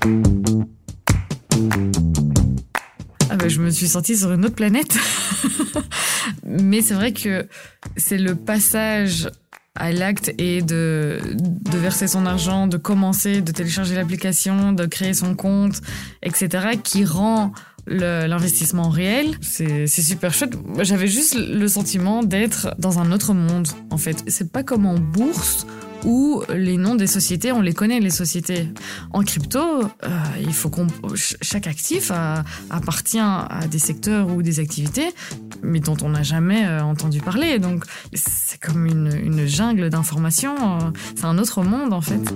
Ah bah, je me suis sentie sur une autre planète. Mais c'est vrai que c'est le passage à l'acte et de verser son argent, de commencer, de télécharger l'application, de créer son compte, etc., qui rend l'investissement réel. C'est super chouette. J'avais juste le sentiment d'être dans un autre monde, en fait. C'est pas comme en bourse où les noms des sociétés, on les connaît, les sociétés. En crypto, il faut chaque actif appartient à des secteurs ou des activités, mais dont on n'a jamais entendu parler. Donc, c'est comme une jungle d'informations. C'est un autre monde, en fait.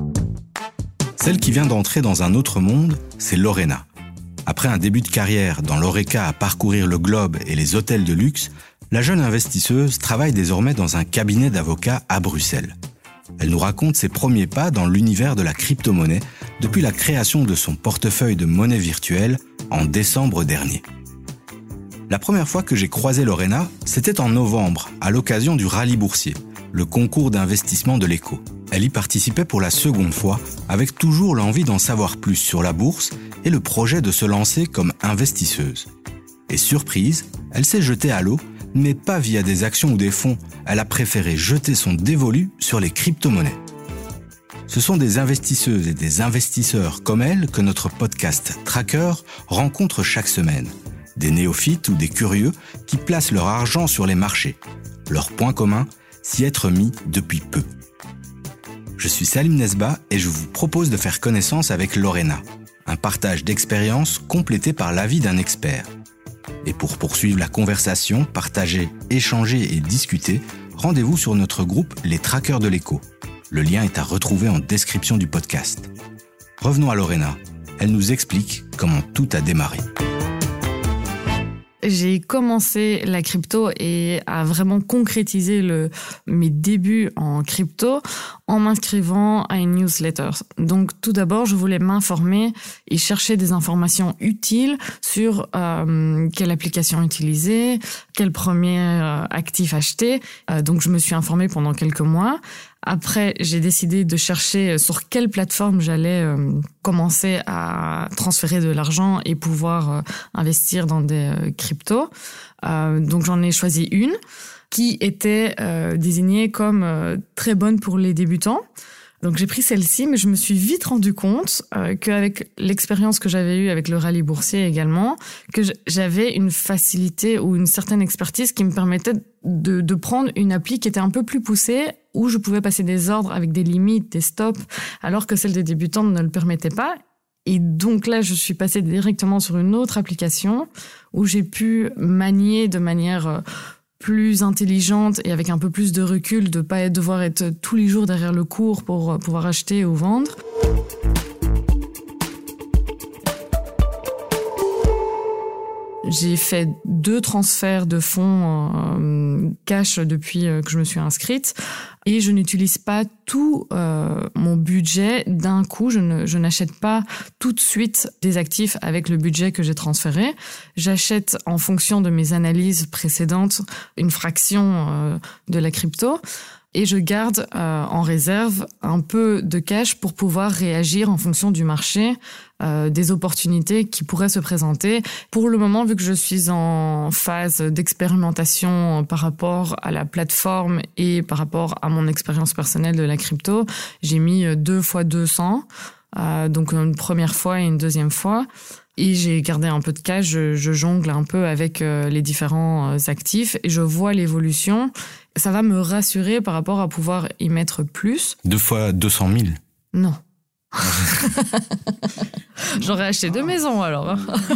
Celle qui vient d'entrer dans un autre monde, c'est Lorena. Après un début de carrière dans l'Horeca à parcourir le globe et les hôtels de luxe, la jeune investisseuse travaille désormais dans un cabinet d'avocats à Bruxelles. Elle nous raconte ses premiers pas dans l'univers de la crypto-monnaie depuis la création de son portefeuille de monnaie virtuelle en décembre dernier. La première fois que j'ai croisé Lorena, c'était en novembre, à l'occasion du Rallye Boursier, le concours d'investissement de l'Echo. Elle y participait pour la seconde fois, avec toujours l'envie d'en savoir plus sur la bourse et le projet de se lancer comme investisseuse. Et surprise, elle s'est jetée à l'eau, mais pas via des actions ou des fonds. Elle a préféré jeter son dévolu sur les crypto-monnaies. Ce sont des investisseuses et des investisseurs comme elle que notre podcast Tracker rencontre chaque semaine. Des néophytes ou des curieux qui placent leur argent sur les marchés. Leur point commun, s'y être mis depuis peu. Je suis Salim Nesba et je vous propose de faire connaissance avec Lorena. Un partage d'expériences complété par l'avis d'un expert. Et pour poursuivre la conversation, partager, échanger et discuter, rendez-vous sur notre groupe Les Trackers de l'Echo. Le lien est à retrouver en description du podcast. Revenons à Lorena. Elle nous explique comment tout a démarré. J'ai commencé la crypto et à vraiment concrétiser mes débuts en crypto en m'inscrivant à une newsletter. Donc tout d'abord, je voulais m'informer et chercher des informations utiles sur quelle application utiliser, quel premier actif acheter. Donc je me suis informée pendant quelques mois. Après, j'ai décidé de chercher sur quelle plateforme j'allais commencer à transférer de l'argent et pouvoir investir dans des cryptos. Donc j'en ai choisi une qui était désignée comme très bonne pour les débutants. Donc j'ai pris celle-ci, mais je me suis vite rendu compte qu'avec l'expérience que j'avais eue avec le rallye boursier également, que j'avais une facilité ou une certaine expertise qui me permettait de prendre une appli qui était un peu plus poussée, où je pouvais passer des ordres avec des limites, des stops, alors que celle des débutants ne le permettait pas. Et donc là, je suis passée directement sur une autre application où j'ai pu manier de manière plus intelligente et avec un peu plus de recul, de pas devoir être tous les jours derrière le cours pour pouvoir acheter ou vendre. J'ai fait 2 transferts de fonds cash depuis que je me suis inscrite et je n'utilise pas tout mon budget d'un coup. Je n'achète pas tout de suite des actifs avec le budget que j'ai transféré. J'achète en fonction de mes analyses précédentes une fraction de la crypto. Et je garde en réserve un peu de cash pour pouvoir réagir en fonction du marché, des opportunités qui pourraient se présenter. Pour le moment, vu que je suis en phase d'expérimentation par rapport à la plateforme et par rapport à mon expérience personnelle de la crypto, j'ai mis 2 fois 200, donc une première fois et une deuxième fois. Et j'ai gardé un peu de cash, je jongle un peu avec les différents actifs et je vois l'évolution. Ça va me rassurer par rapport à pouvoir y mettre plus. 2 fois 200 000 ? Non. J'aurais acheté 2 maisons alors.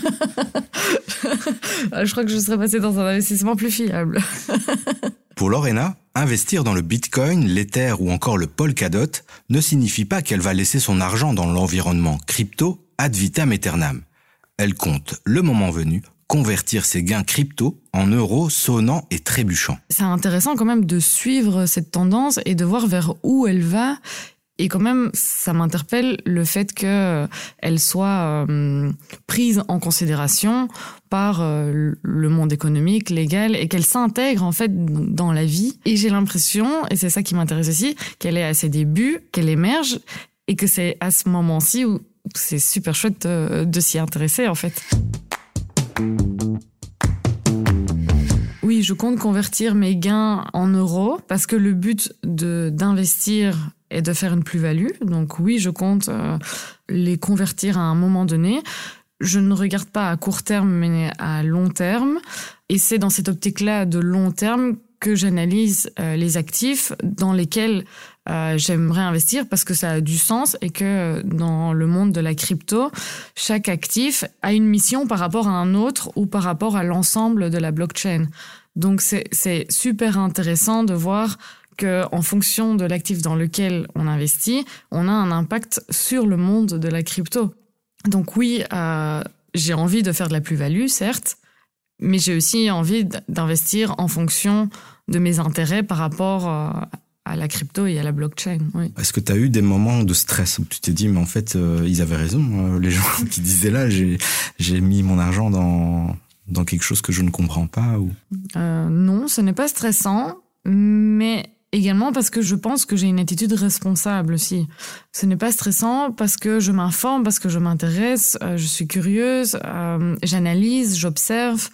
Je crois que je serais passée dans un investissement plus fiable. Pour Lorena, investir dans le Bitcoin, l'Ether ou encore le Polkadot ne signifie pas qu'elle va laisser son argent dans l'environnement crypto ad vitam aeternam. Elle compte, le moment venu, convertir ses gains crypto en euros sonnants et trébuchants. C'est intéressant quand même de suivre cette tendance et de voir vers où elle va. Et quand même, ça m'interpelle le fait qu'elle soit prise en considération par le monde économique, légal, et qu'elle s'intègre en fait dans la vie. Et j'ai l'impression, et c'est ça qui m'intéresse aussi, qu'elle est à ses débuts, qu'elle émerge, et que c'est à ce moment-ci où c'est super chouette de s'y intéresser, en fait. Oui, je compte convertir mes gains en euros parce que le but d'investir est de faire une plus-value. Donc oui, je compte les convertir à un moment donné. Je ne regarde pas à court terme, mais à long terme. Et c'est dans cette optique-là de long terme que j'analyse les actifs dans lesquels j'aimerais investir parce que ça a du sens et que dans le monde de la crypto, chaque actif a une mission par rapport à un autre ou par rapport à l'ensemble de la blockchain. Donc c'est super intéressant de voir que en fonction de l'actif dans lequel on investit, on a un impact sur le monde de la crypto. Donc oui, j'ai envie de faire de la plus-value, certes, mais j'ai aussi envie d'investir en fonction de mes intérêts par rapport à la crypto et à la blockchain. Oui. Est-ce que tu as eu des moments de stress où tu t'es dit, mais en fait, ils avaient raison, les gens qui disaient là, j'ai mis mon argent dans quelque chose que je ne comprends pas ou... Non, ce n'est pas stressant, mais également parce que je pense que j'ai une attitude responsable aussi. Ce n'est pas stressant parce que je m'informe, parce que je m'intéresse, je suis curieuse, j'analyse, j'observe.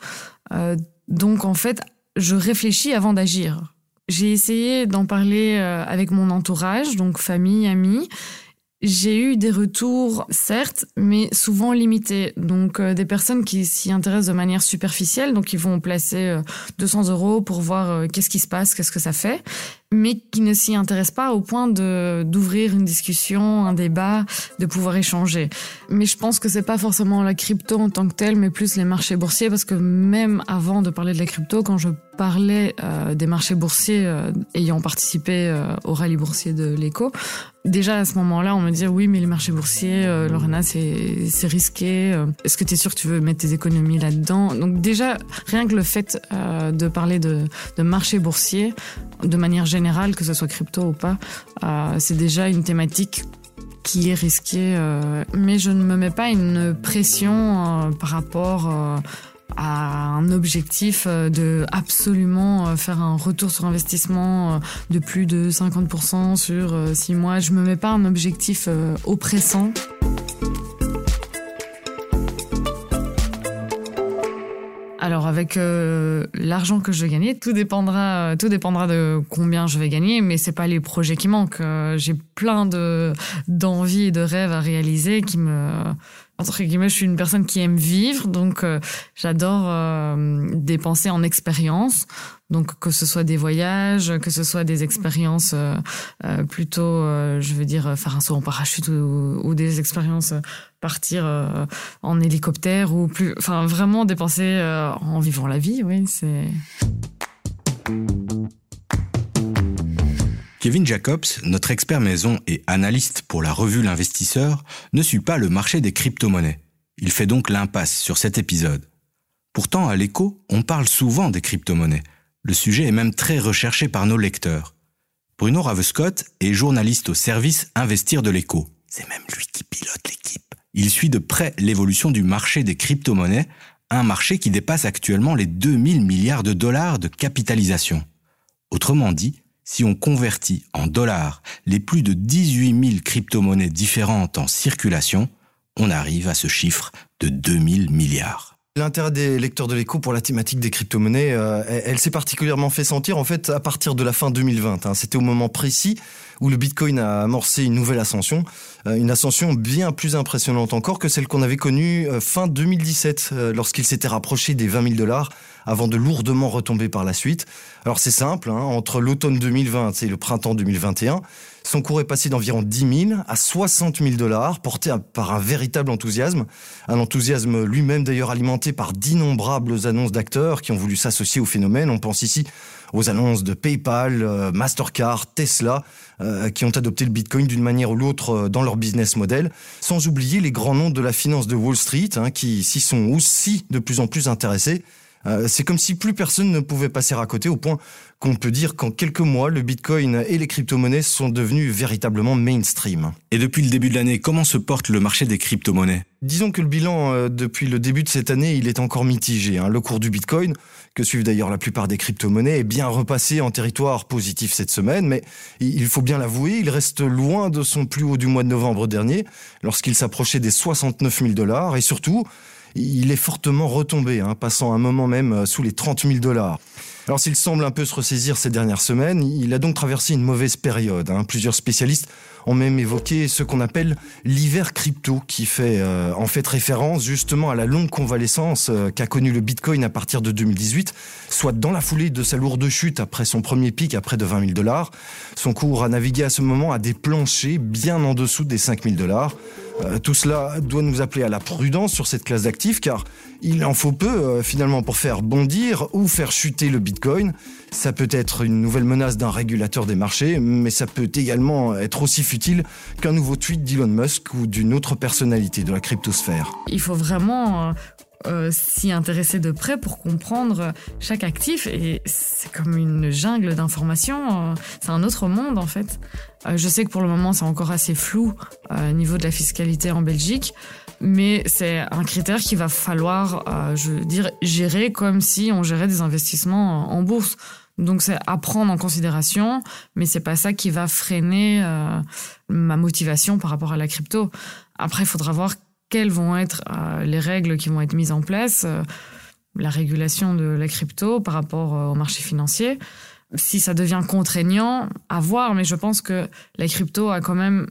Donc en fait, je réfléchis avant d'agir. J'ai essayé d'en parler avec mon entourage, donc famille, amis. J'ai eu des retours, certes, mais souvent limités. Donc, des personnes qui s'y intéressent de manière superficielle, donc ils vont placer 200 € pour voir qu'est-ce qui se passe, qu'est-ce que ça fait, mais qui ne s'y intéressent pas au point d'ouvrir une discussion, un débat, de pouvoir échanger. Mais je pense que c'est pas forcément la crypto en tant que telle, mais plus les marchés boursiers, parce que même avant de parler de la crypto, quand je parlais des marchés boursiers ayant participé au rallye boursier de l'Eco, déjà à ce moment-là, on me disait oui, mais les marchés boursiers, Lorena, c'est risqué. Est-ce que tu es sûre que tu veux mettre tes économies là-dedans? Donc déjà, rien que le fait de parler de marchés boursiers, de manière générale, que ce soit crypto ou pas, c'est déjà une thématique qui est risquée. Mais je ne me mets pas une pression par rapport à un objectif de absolument faire un retour sur investissement de plus de 50% sur 6 mois. Je me mets pas un objectif oppressant. Alors avec l'argent que je vais gagner, tout dépendra de combien je vais gagner, mais c'est pas les projets qui manquent. J'ai plein d'envies et de rêves à réaliser qui entre guillemets, je suis une personne qui aime vivre, donc j'adore dépenser en expériences. Donc que ce soit des voyages, que ce soit des expériences plutôt, je veux dire, faire un saut en parachute ou des expériences partir en hélicoptère ou plus, enfin vraiment dépenser en vivant la vie, oui, c'est... Kevin Jacobs, notre expert maison et analyste pour la revue L'Investisseur, ne suit pas le marché des crypto-monnaies. Il fait donc l'impasse sur cet épisode. Pourtant, à l'Écho, on parle souvent des crypto-monnaies. Le sujet est même très recherché par nos lecteurs. Bruno Ravescott est journaliste au service Investir de l'Écho. C'est même lui qui pilote l'équipe. Il suit de près l'évolution du marché des crypto-monnaies, un marché qui dépasse actuellement les 2000 milliards de dollars de capitalisation. Autrement dit, si on convertit en dollars les plus de 18 000 crypto-monnaies différentes en circulation, on arrive à ce chiffre de 2000 milliards. L'intérêt des lecteurs de l'Écho pour la thématique des crypto-monnaies, elle s'est particulièrement fait sentir en fait à partir de la fin 2020. C'était au moment précis où le Bitcoin a amorcé une nouvelle ascension, une ascension bien plus impressionnante encore que celle qu'on avait connue fin 2017, lorsqu'il s'était rapproché des 20 000 $, avant de lourdement retomber par la suite. Alors c'est simple, entre l'automne 2020 et le printemps 2021, son cours est passé d'environ 10 000 à 60 000 $, porté par un véritable enthousiasme. Un enthousiasme lui-même d'ailleurs alimenté par d'innombrables annonces d'acteurs qui ont voulu s'associer au phénomène. On pense ici aux annonces de PayPal, Mastercard, Tesla, qui ont adopté le Bitcoin d'une manière ou l'autre dans leur business model, sans oublier les grands noms de la finance de Wall Street, qui s'y sont aussi de plus en plus intéressés. C'est comme si plus personne ne pouvait passer à côté, au point qu'on peut dire qu'en quelques mois, le Bitcoin et les crypto-monnaies sont devenus véritablement mainstream. Et depuis le début de l'année, comment se porte le marché des crypto-monnaies ? Disons que le bilan depuis le début de cette année, il est encore mitigé. Le cours du Bitcoin, que suivent d'ailleurs la plupart des crypto-monnaies, est bien repassé en territoire positif cette semaine, mais il faut bien l'avouer, il reste loin de son plus haut du mois de novembre dernier, lorsqu'il s'approchait des 69 000 $, et surtout, il est fortement retombé, passant un moment même sous les 30 000 $. Alors s'il semble un peu se ressaisir ces dernières semaines, il a donc traversé une mauvaise période. Plusieurs spécialistes ont même évoqué ce qu'on appelle l'hiver crypto, qui fait en fait référence justement à la longue convalescence qu'a connue le Bitcoin à partir de 2018, soit dans la foulée de sa lourde chute après son premier pic à près de 20 000 $. Son cours a navigué à ce moment à des planchers bien en dessous des 5 000 $. Tout cela doit nous appeler à la prudence sur cette classe d'actifs, car il en faut peu finalement pour faire bondir ou faire chuter le Bitcoin. Ça peut être une nouvelle menace d'un régulateur des marchés, mais ça peut également être aussi futile qu'un nouveau tweet d'Elon Musk ou d'une autre personnalité de la cryptosphère. Il faut vraiment s'y intéresser de près pour comprendre chaque actif, et c'est comme une jungle d'informations, c'est un autre monde en fait. Je sais que pour le moment c'est encore assez flou au niveau de la fiscalité en Belgique, mais c'est un critère qu'il va falloir, gérer comme si on gérait des investissements en bourse. Donc c'est à prendre en considération, mais c'est pas ça qui va freiner ma motivation par rapport à la crypto. Après, il faudra voir quelles vont être les règles qui vont être mises en place, la régulation de la crypto par rapport au marché financier. Si ça devient contraignant, à voir, mais je pense que la crypto a quand même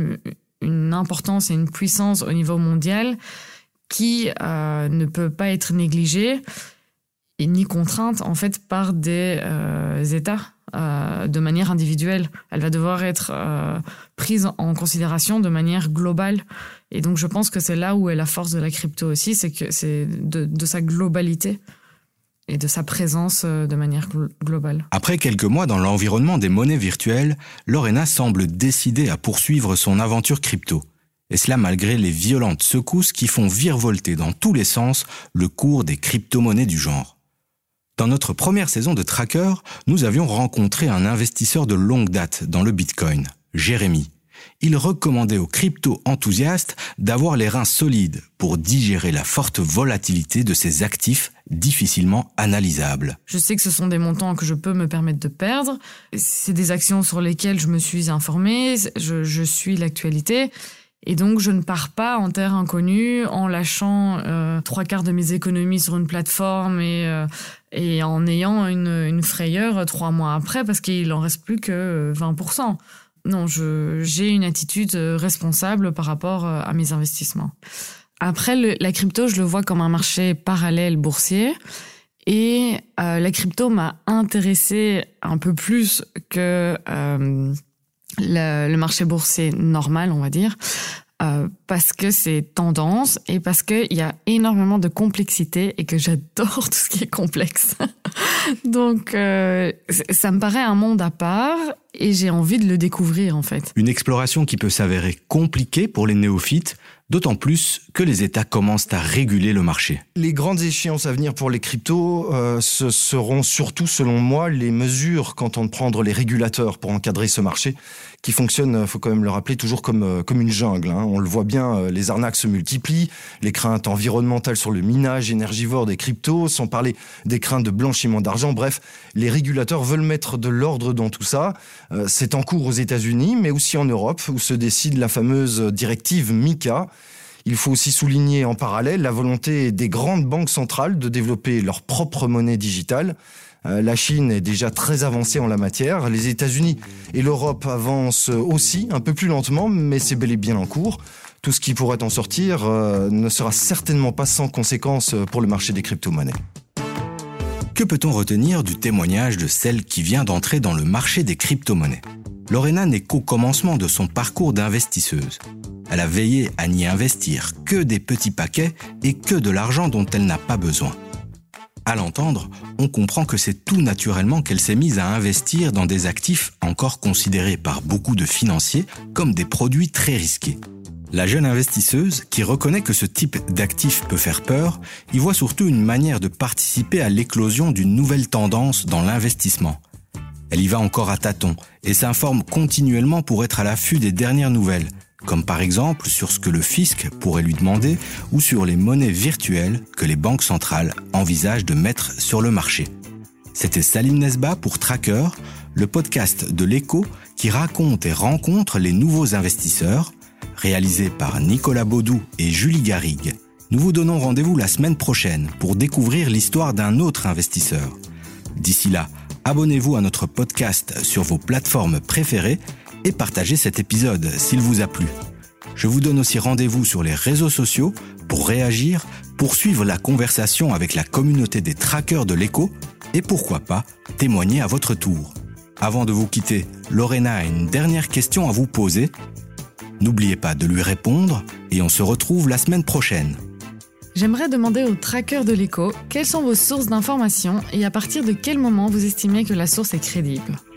une importance et une puissance au niveau mondial qui ne peut pas être négligée et ni contrainte en fait par des États de manière individuelle. Elle va devoir être prise en considération de manière globale. Et donc je pense que c'est là où est la force de la crypto aussi, c'est que c'est de sa globalité et de sa présence de manière globale. Après quelques mois dans l'environnement des monnaies virtuelles, Lorena semble décidée à poursuivre son aventure crypto. Et cela malgré les violentes secousses qui font virevolter dans tous les sens le cours des crypto-monnaies du genre. Dans notre première saison de Tracker, nous avions rencontré un investisseur de longue date dans le Bitcoin, Jérémy. Il recommandait aux crypto-enthousiastes d'avoir les reins solides pour digérer la forte volatilité de ces actifs difficilement analysables. Je sais que ce sont des montants que je peux me permettre de perdre. C'est des actions sur lesquelles je me suis informée, je suis l'actualité. Et donc, je ne pars pas en terre inconnue en lâchant 3/4 de mes économies sur une plateforme et en ayant une frayeur 3 mois après parce qu'il en reste plus que 20%. Non, j'ai une attitude responsable par rapport à mes investissements. Après, la crypto, je le vois comme un marché parallèle boursier. Et la crypto m'a intéressée un peu plus que le marché boursier normal, on va dire, parce que c'est tendance et parce qu'il y a énormément de complexité et que j'adore tout ce qui est complexe. Donc, ça me paraît un monde à part et j'ai envie de le découvrir en fait. Une exploration qui peut s'avérer compliquée pour les néophytes, d'autant plus que les États commencent à réguler le marché. Les grandes échéances à venir pour les cryptos, ce seront surtout, selon moi, les mesures qu'entendent prendre les régulateurs pour encadrer ce marché, qui fonctionne, faut quand même le rappeler, toujours comme une jungle. On le voit bien, les arnaques se multiplient, les craintes environnementales sur le minage énergivore des cryptos, sans parler des craintes de blanchiment d'argent. Bref, les régulateurs veulent mettre de l'ordre dans tout ça. C'est en cours aux États-Unis, mais aussi en Europe, où se décide la fameuse directive MiCA. Il faut aussi souligner en parallèle la volonté des grandes banques centrales de développer leur propre monnaie digitale. La Chine est déjà très avancée en la matière. Les États-Unis et l'Europe avancent aussi, un peu plus lentement, mais c'est bel et bien en cours. Tout ce qui pourrait en sortir ne sera certainement pas sans conséquences pour le marché des crypto-monnaies. Que peut-on retenir du témoignage de celle qui vient d'entrer dans le marché des crypto-monnaies ? Lorena n'est qu'au commencement de son parcours d'investisseuse. Elle a veillé à n'y investir que des petits paquets et que de l'argent dont elle n'a pas besoin. À l'entendre, on comprend que c'est tout naturellement qu'elle s'est mise à investir dans des actifs encore considérés par beaucoup de financiers comme des produits très risqués. La jeune investisseuse, qui reconnaît que ce type d'actif peut faire peur, y voit surtout une manière de participer à l'éclosion d'une nouvelle tendance dans l'investissement. Elle y va encore à tâtons et s'informe continuellement pour être à l'affût des dernières nouvelles, comme par exemple sur ce que le fisc pourrait lui demander ou sur les monnaies virtuelles que les banques centrales envisagent de mettre sur le marché. C'était Salim Nesba pour Tracker, le podcast de l'Écho qui raconte et rencontre les nouveaux investisseurs, réalisé par Nicolas Baudou et Julie Garrigue. Nous vous donnons rendez-vous la semaine prochaine pour découvrir l'histoire d'un autre investisseur. D'ici là, abonnez-vous à notre podcast sur vos plateformes préférées et partagez cet épisode s'il vous a plu. Je vous donne aussi rendez-vous sur les réseaux sociaux pour réagir, poursuivre la conversation avec la communauté des trackers de l'Écho et pourquoi pas témoigner à votre tour. Avant de vous quitter, Lorena a une dernière question à vous poser. N'oubliez pas de lui répondre et on se retrouve la semaine prochaine. J'aimerais demander aux trackers de l'Écho quelles sont vos sources d'informations et à partir de quel moment vous estimez que la source est crédible.